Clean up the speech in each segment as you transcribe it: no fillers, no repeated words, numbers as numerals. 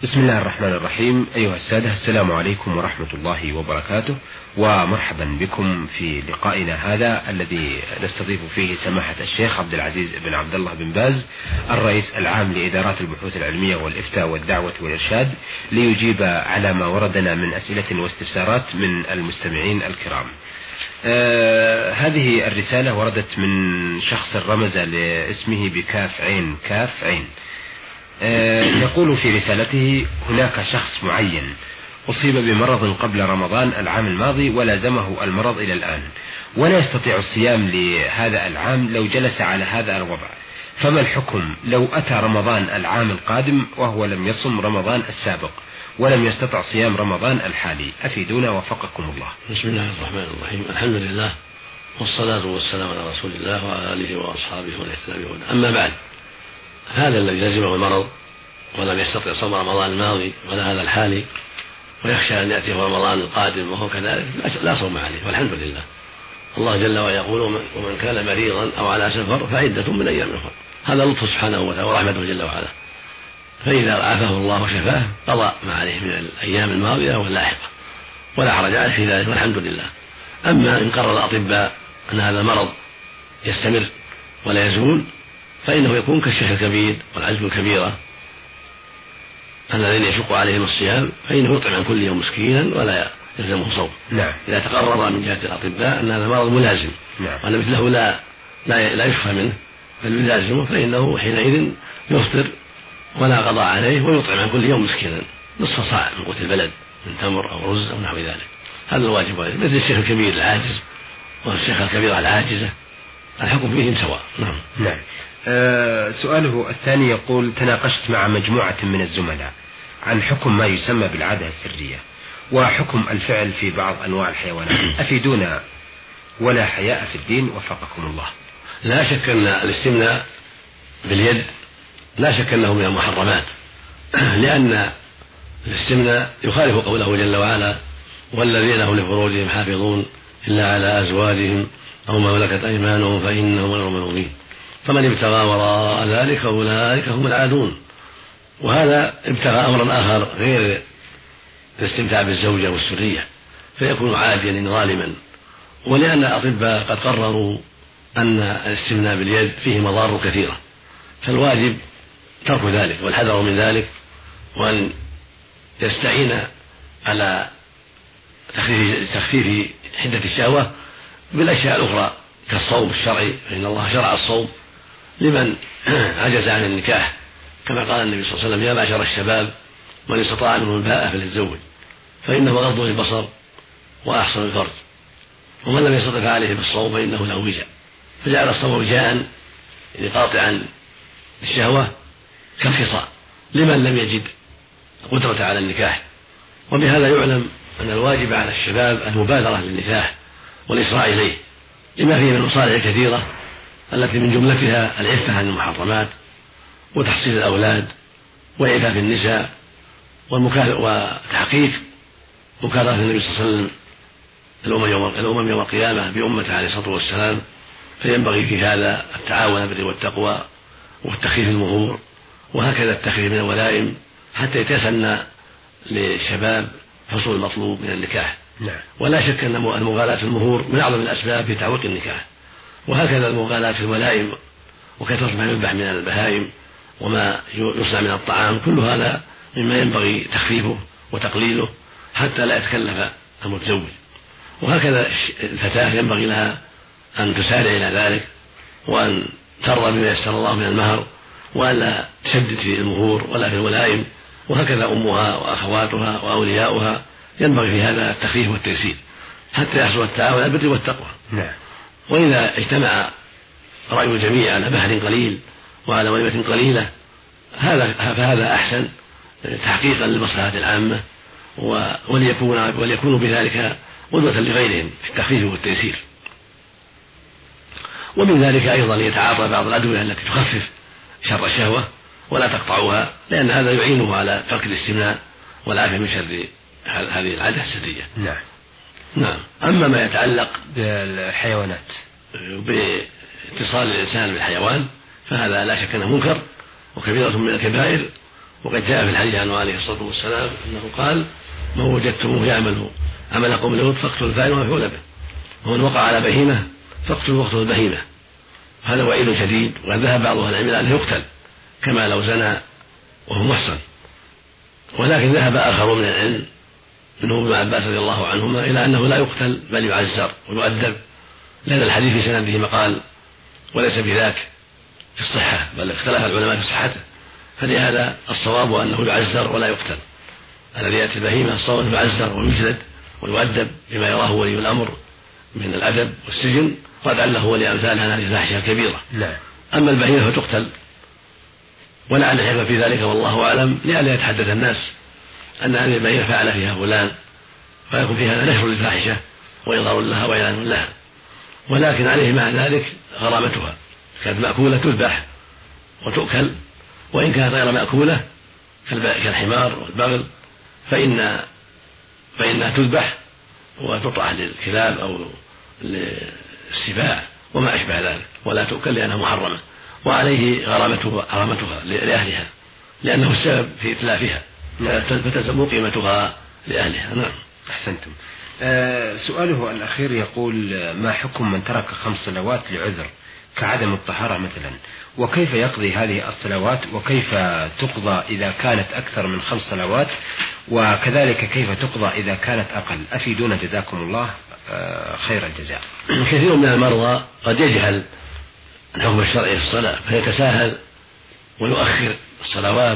بسم الله الرحمن الرحيم. أيها السادة، السلام عليكم ورحمة الله وبركاته، ومرحبا بكم في لقائنا هذا الذي نستضيف فيه سماحة الشيخ عبد العزيز بن عبد الله بن باز، الرئيس العام لإدارات البحوث العلمية والإفتاء والدعوة والإرشاد، ليجيب على ما وردنا من أسئلة واستفسارات من المستمعين الكرام. هذه الرسالة وردت من شخص رمز لاسمه بكاف عين كاف عين. يقول في رسالته: هناك شخص معين أصيب بمرض قبل رمضان العام الماضي ولازمه المرض إلى الآن، ولا يستطيع الصيام لهذا العام لو جلس على هذا الوضع، فما الحكم لو أتى رمضان العام القادم وهو لم يصم رمضان السابق ولم يستطع صيام رمضان الحالي؟ أفيدونا وفقكم الله. بسم الله الرحمن الرحيم. الحمد لله والصلاة والسلام على رسول الله وعلى آله وأصحابه ومن اهتدى بهداه. أما بعد، هذا الذي لزمه المرض ولم يستطع صوم رمضان الماضي ولا هذا الحالي، ويخشى أن يأتيه رمضان القادم وهو كذلك، لا صوم عليه، والحمد لله. الله جل وعلا يقول: ومن كان مريضا أو على سفر فعدة من أيام أخرى. هذا لطف سبحانه وتعالى ورحمته جل وعلا، فإذا عافاه الله وشفاه قضى ما عليه من الأيام الماضية واللاحقة، ولا حرج عليه في ذلك، والحمد لله. أما إن قرر الأطباء أن هذا المرض يستمر ولا يزول، فإنه يكون كالشيخ الكبير والعجز الكبيرة الذين يشق عليهم الصيام، فإنه يطعم عن كل يوم مسكينا ولا يلزمه صوم. نعم. إذا تقرر من جهة الأطباء أن هذا المرض ملازم، نعم، وأن مثله لا يشفى منه بل يلازمه، فإنه حينئذ يفطر ولا قضاء عليه، ويطعم عن كل يوم مسكينا نصف صاع من قوت البلد من تمر أو رز أو نحو ذلك. هذا الواجب عليه، مثل الشيخ الكبير العاجز والشيخ الكبيرة العاجزة، الحكم فيهم سواء. نعم. نعم. سؤاله الثاني يقول: تناقشت مع مجموعة من الزملاء عن حكم ما يسمى بالعادة السرية وحكم الفعل في بعض أنواع الحيوانات، أفيدونا ولا حياء في الدين وفقكم الله. لا شك أن الاستمناء باليد لا شك أنه من المحرمات، لأن الاستمناء يخالف قوله جل وعلا: والذين هم لفروجهم حافظون إلا على أزواجهم أو ما ملكت أيمانهم فإنهم غير ملومين، فمن ابتغى وراء ذلك فأولئك هم العادون. وهذا ابتغى أمرا آخر غير الاستمتاع بالزوجة والسرية، فيكون عاديا ظالما. ولأن الأطباء قد قرروا أن الاستمناء باليد فيه مضار كثيرة، فالواجب ترك ذلك والحذر من ذلك، وأن يستعين على تخفيف حدة الشهوة بالأشياء الأخرى كالصوم الشرعي، فإن الله شرع الصوم لمن عجز عن النكاح، كما قال النبي صلى الله عليه وسلم: يا معشر الشباب من استطاع منه الباءة فليتزوج، فإنه غض البصر وأحصن الفرج، ومن لم يستطع فعليه بالصوم فإنه له وجاء. فجعل الصوم وجاء قاطعا الشهوة كالخصاء لمن لم يجد قدرة على النكاح. وبهذا يعلم أن الواجب على الشباب المبادرة للنكاح والإسراع إليه، لما فيه من المصالح الكثيرة التي من جملتها العفة عن المحرمات وتحصيل الأولاد وإعفاف النساء وتحقيق مكافأة النبي صلى الله عليه وسلم الأمم يوم القيامة بأمته عليه الصلاة والسلام. فينبغي في هذا التعاون على البر والتقوى والتخفيف المهور، وهكذا التخفيف من الولائم، حتى يتسنى للشباب حصول المطلوب من النكاح. نعم. ولا شك أن المغالاة في المهور من أعظم الأسباب في تعويق النكاح، وهكذا المغالاة في الولائم وكثرة ما يذبح من البهائم وما يصنع من الطعام، كل هذا مما ينبغي تخفيفه وتقليله حتى لا يتكلف المتزوج. وهكذا الفتاة ينبغي لها أن تسارع إلى ذلك، وأن ترضى بما يسر الله من المهر، وأن لا تشدد في المهور ولا في الولائم. وهكذا أمها وأخواتها وأولياؤها ينبغي في هذا التخفيف والتيسير حتى يحصل التعاون على البر والتقوى. نعم. وإذا اجتمع رأي الجميع على مهر قليل وعلى وليمة قليلة فهذا أحسن تحقيقا للمصلحة العامة، وليكونوا بذلك قدوة لغيرهم في التخفيف والتيسير. ومن ذلك أيضا يتعاطى بعض الأدوية التي تخفف شر الشهوة ولا تقطعها، لأن هذا يعينه على ترك الاستمناء والعافية من شر هذه العادة السرية. نعم. نعم. أما ما يتعلق بالحيوانات باتصال الإنسان بالحيوان فهذا لا شك أنه منكر وكبيرة من الكبائر، وقد جاء في الحديث عنه عليه الصلاة والسلام أنه قال: من وجدتموه يعمل عمل قوم لوط فاقتلوا الفاعل ومفعول به، ومن وقع على بهيمة فاقتلوا واقتلوا البهيمة. هذا وعيد شديد، وقد ذهب بعض أهل العلم إلى أنه يقتل كما لو زنى وهو محصن، ولكن ذهب آخر من العلم منهم ابن عباس رضي الله عنهما إلى أنه لا يقتل بل يعزر ويؤدب، لأن الحديث في سنده مقال وليس بذاك في الصحة، بل اختلف العلماء في صحته، فلهذا الصواب أنه يعزر ولا يقتل. الذي يأتي البهيمة الصواب يعزر ويجلد ويؤدب بما يراه ولي الأمر من الأدب والسجن، قد عله ولأمثالها هذه الفاحشة الكبيرة. أما البهيمة فتقتل، ولعل الحكمة في ذلك والله أعلم لئلا يتحدث الناس أن هذه البهيمة فعل فيها فلان، فيكون في هذا نشر للفاحشة وإظهار لها وإعلان لها، ولكن عليه مع ذلك غرامتها، كانت مأكولة تذبح وتؤكل، وإن كانت غير مأكولة كالحمار والبغل فإنها تذبح وتطرح للكلاب أو للسباع وما أشبه ذلك، ولا تؤكل لأنها محرمة، وعليه غرامتها لأهلها لأنه السبب في إتلافها، فتزم قيمتها لأهلها. نعم. أحسنتم. سؤاله الأخير يقول: ما حكم من ترك 5 صلوات لعذر كعدم الطهارة مثلا، وكيف يقضي هذه الصلوات، وكيف تقضى إذا كانت أكثر من 5 صلوات، وكذلك كيف تقضى إذا كانت أقل؟ أفيدونا جزاكم الله خير الجزاء. كثير من المرضى قد يجهل الحكم الشرعي في الصلاة فيتساهل ويؤخر الصلوات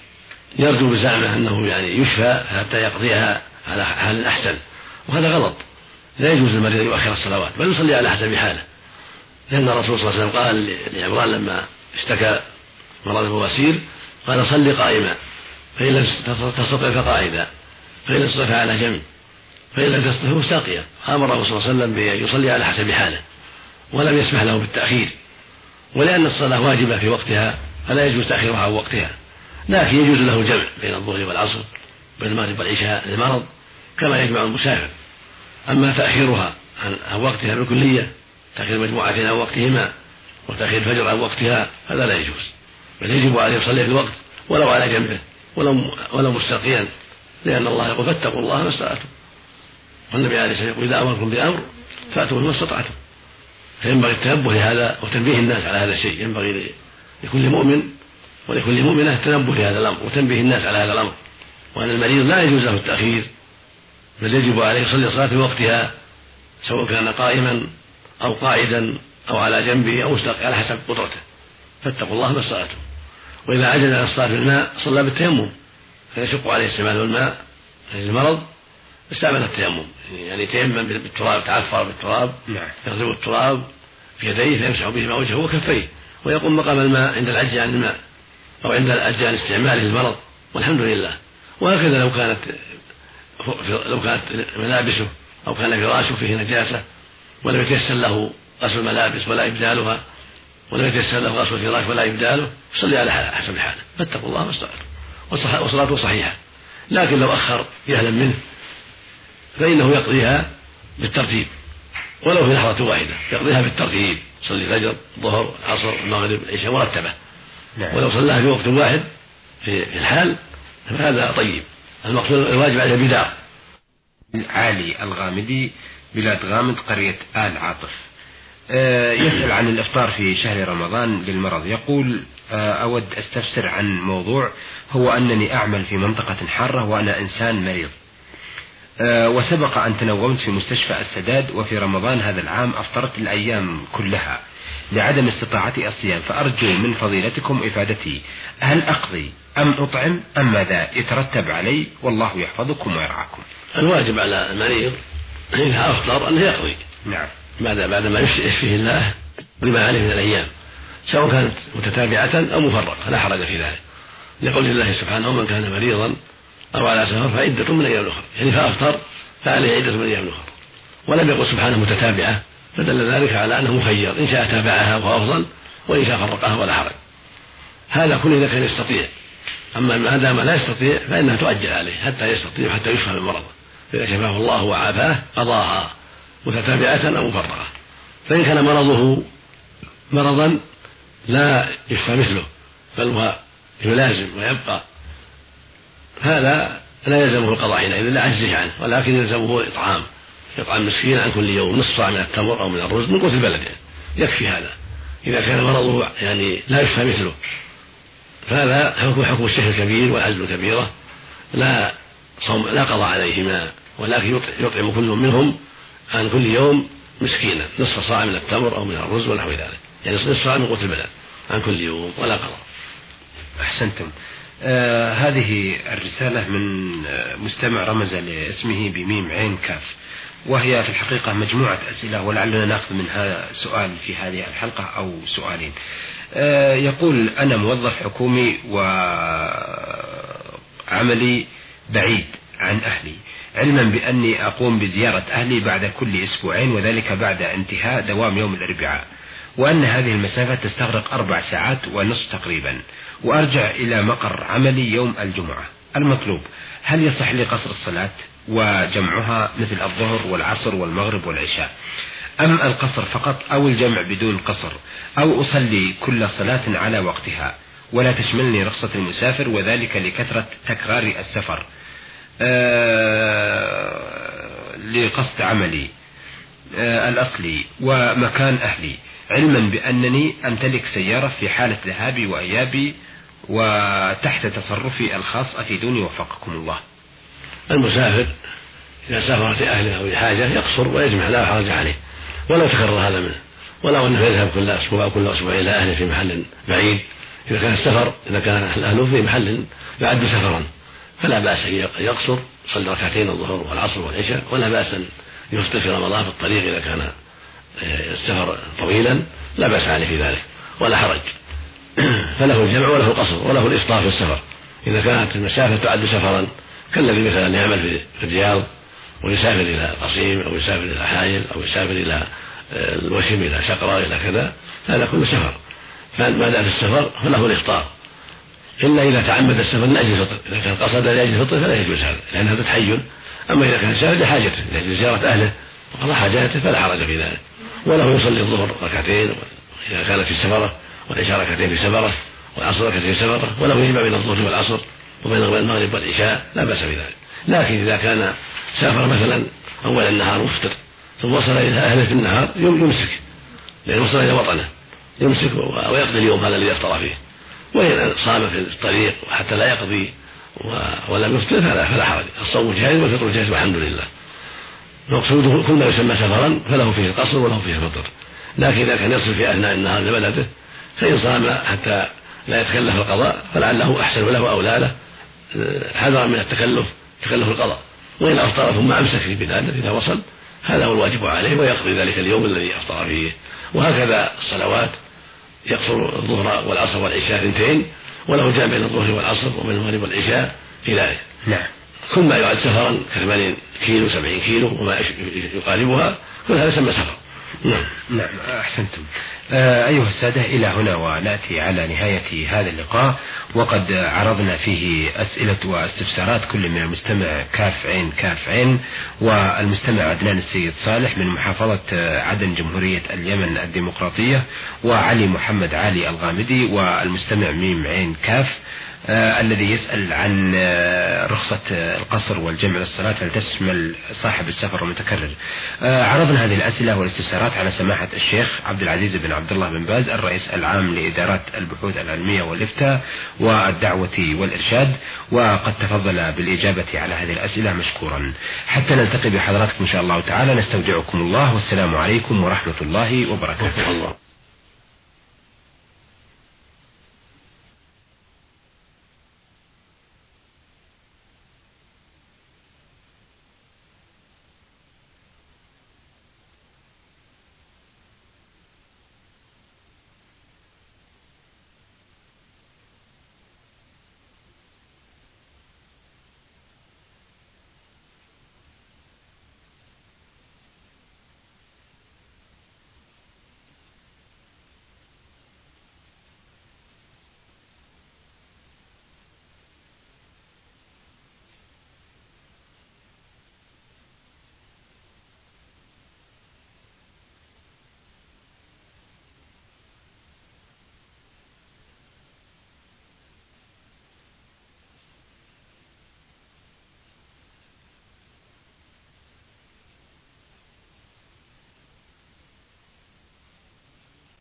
يرجو بزعمه أنه يشفى حتى يقضيها على حال أحسن، وهذا غلط. لا يجوز للمريض يؤخر الصلوات بل يصلي على حسب حاله، لأن الرسول صلى الله عليه وسلم قال لعمران لما اشتكى مرض البواسير قال: صل قائما، فإن لم تستطع فقاعدا، فإن لم تستطع فعلى جنب، فإن لم تستطع فساقيا. أمره صلى الله عليه وسلم بأن يصلي على حسب حاله ولم يسمح له بالتأخير، ولأن الصلاة واجبة في وقتها فلا يجوز تأخيرها عن وقتها، لكن يجوز له الجمع بين الظهر والعصر بين المغرب والعشاء للمرض كما يجمع المسافر. أما تأخيرها عن وقتها بالكلية، تأخير مجموعتين عن وقتهما وتأخير الفجر عن وقتها، هذا لا يجوز، بل يجب عليه يصلي في الوقت ولو على جنبه ولو مستلقيا، لأن الله يقول: فاتقوا الله ما استطعتم، والنبي عليه الصلاة والسلام يقول: إذا أمركم بأمر فأتوا ما استطعتم. فينبغي التنبه لهذا وتنبيه الناس على هذا الشيء، ينبغي لكل مؤمن ولكل مؤمنة التنبه لهذا الأمر وتنبيه الناس على هذا الأمر، وأن المريض لا يجوز له التأخير بل يجب عليه يصلي الصلاة في وقتها سواء كان قائما أو قاعدا أو على جنبه أو مستلقي على حسب قدرته. فاتقوا الله ما استطعتم. وإذا عجز عن الصلاة بالماء صلى بالتيمم، فيشق عليه استعمال الماء للمرض استعمل التيمم، تيمم بالتراب، تعفر بالتراب، يغسل التراب في يديه فيمسح بهما وجهه وكفيه، ويقوم مقام الماء عند العجز عن الماء أو عند العجز عن استعماله للمرض، والحمد لله. وهكذا لو كانت ملابسه أو كان فراشه فيه نجاسة ولم يتيسر له غسل الملابس ولا إبدالها، ولم يتيسر له غسل الفراش ولا إبداله، يصلي على حسب حاله. فاتقوا الله ما استطعتم، وصلاته صحيحة. لكن لو أخر جهلا منه فإنه يقضيها بالترتيب ولو في لحظة واحدة، يقضيها بالترتيب، يصلي الفجر الظهر العصر المغرب العشاء مرتبة. ولو صلاها في وقت واحد في الحال فهذا طيب. المقصود الواجب عليه البدار. علي الغامدي، بلاد غامد، قرية آل عاطف، يسأل عن الإفطار في شهر رمضان للمرض. يقول: أود أستفسر عن موضوع، هو أنني أعمل في منطقة حارة وأنا إنسان مريض، وسبق أن تنومت في مستشفى السداد، وفي رمضان هذا العام أفطرت الأيام كلها لعدم استطاعتي الصيام، فأرجو من فضيلتكم إفادتي، هل أقضي أم أطعم أم ماذا يترتب علي؟ والله يحفظكم ويرعاكم. الواجب على المريض إذا أفطر أنه يقضي. نعم. بعد ما يشفيه الله بما عليه من الأيام، سواء كانت متتابعة أو مفرقة، لا حرج في ذلك، لقول الله سبحانه: من كان مريضا أو على سفر فعدة من أيام أخرى، فأفطر فعليه عدة من أيام أخرى. ولم يقل سبحانه متتابعة، فدل ذلك على أنه مخير، إن شاء تابعها وهو أفضل، وإن شاء فرقها ولا حرج. هذا كله إذا كان يستطيع. أما ما دام لا يستطيع فإنها تؤجل عليه حتى يستطيع حتى يشفى من مرضه، فإذا شفاه الله وعافاه قضاها متتابعة أو مفرقة. فإن كان مرضه مرضا لا يشفى مثله بل هو يلازم ويبقى هذا لا يلزمه القضاء حينئذ إلا عجزه عنه، ولكن يلزمه إطعام مسكين عن كل يوم نصف صاع من التمر أو من الرز من قوت البلد، يكفي هذا إذا كان مرضه يعني لا يشفى مثله. فهذا حكم الشيخ الكبير والعجز الكبيرة، لا قضاء عليهما، ولكن يطعم كل منهم عن كل يوم مسكينا نصف صاع من التمر أو من الرز ونحو ذلك، يعني نصف صاع من قوت البلد عن كل يوم ولا قضاء. أحسنتم. هذه الرسالة من مستمع رمز لاسمه بميم عين كاف، وهي في الحقيقة مجموعة أسئلة ولعلنا نأخذ منها سؤال في هذه الحلقة أو سؤالين. يقول: أنا موظف حكومي وعملي بعيد عن أهلي، علما بأني أقوم بزيارة أهلي بعد كل أسبوعين، وذلك بعد انتهاء دوام يوم الأربعاء، وأن هذه المسافة تستغرق 4 ساعات ونصف تقريبا، وأرجع إلى مقر عملي يوم الجمعة. المطلوب: هل يصح لي قصر الصلاة وجمعها مثل الظهر والعصر والمغرب والعشاء، أم القصر فقط، أو الجمع بدون قصر، أو أصلي كل صلاة على وقتها ولا تشملني رخصة المسافر، وذلك لكثرة تكرار السفر لقصد عملي الأصلي ومكان أهلي، علما بأنني أمتلك سيارة في حالة ذهابي وإيابي وتحت تصرفي الخاص، أفيدوني وفقكم الله. المسافر إذا سافر لأهله أو لحاجة يقصر ويجمع، لا حرج عليه ولو تكرر هذا منه، ولو أنه يذهب كل أسبوع أو كل أسبوع إلى أهله في محل بعيد. إذا كان السفر، إذا كان أهله في محل يعد سفرا فلا بأس أن يقصر، يصلي ركعتين الظهر والعصر والعشاء، ولا بأس أن يفطر في رمضان في الطريق إذا كان السفر طويلا، لا بأس عليه في ذلك ولا حرج. فله الجمع وله القصر وله الإفطار في السفر إذا كانت المسافة تعد سفرا، كالذي مثلا يعمل في الرياض ويسافر إلى قصيم أو يسافر إلى حائل أو يسافر إلى الوشم إلى شقرة إلى كذا، هذا كله سفر، فما دام في السفر فله الإفطار، إلا إذا تعمد السفر لأجل الفطر. إذا كان قصد لأجل الفطر فلا يجوز هذا، لأن هذا تحيل. أما إذا كان سافر لحاجته لأجل زيارة أهله وقضاء حاجاته فلا حرج في ذلك، وله يصلي الظهر ركعتين إذا كانت في السفرة، والعشاء ركعتين في السفرة، والعصر ركعتين في السفرة، وله يجمع بين الظهر والعصر وبين المغرب والعشاء، لا بأس بذلك. لكن إذا كان سافر مثلا أول النهار مفطر ثم وصل إلى أهله في النهار يمسك، لأنه وصل إلى وطنه يمسك ويقضي اليوم هذا الذي أفطر فيه، وإن صام في الطريق حتى لا يقضي ولم يفطر فلا حرج، الصوم جائز والفطر جائز والحمد لله. مقصوده كل ما يسمى سفرا فله فيه القصر وله فيه الفطر. لكن إذا كان يصل في أثناء النهار لبلده فإن صام حتى لا يتكلف القضاء فلعله أحسن له وأولى له، حذرا من تكلف القضاء. وإن أفطر ثم أمسك في بلاده إذا وصل هذا هو الواجب عليه، ويقضي ذلك اليوم الذي أفطر فيه. وهكذا الصلوات يقصر الظهر والعصر والعشاء 2، وله جمع بين الظهر والعصر وبين المغرب والعشاء في ذلك. نعم. كل ما يعد سفرا ك80 كيلو 70 كيلو وما يقاربها كل هذا يسمى سفر. نعم أحسنتم. أيها السادة، إلى هنا ونأتي على نهاية هذا اللقاء، وقد عرضنا فيه أسئلة واستفسارات كل من المستمع كاف عين والمستمع عدنان السيد صالح من محافظة عدن جمهورية اليمن الديمقراطية، وعلي محمد علي الغامدي، والمستمع ميم عين كاف الذي يسأل عن رخصة القصر والجمع للصلاة هل تشمل صاحب السفر المتكرر. عرضنا هذه الأسئلة والاستفسارات على سماحة الشيخ عبد العزيز بن عبد الله بن باز الرئيس العام لإدارات البحوث العلمية والإفتاء والدعوة والإرشاد، وقد تفضل بالإجابة على هذه الأسئلة مشكورا. حتى نلتقي بحضراتكم إن شاء الله تعالى، نستودعكم الله، والسلام عليكم ورحمة الله وبركاته.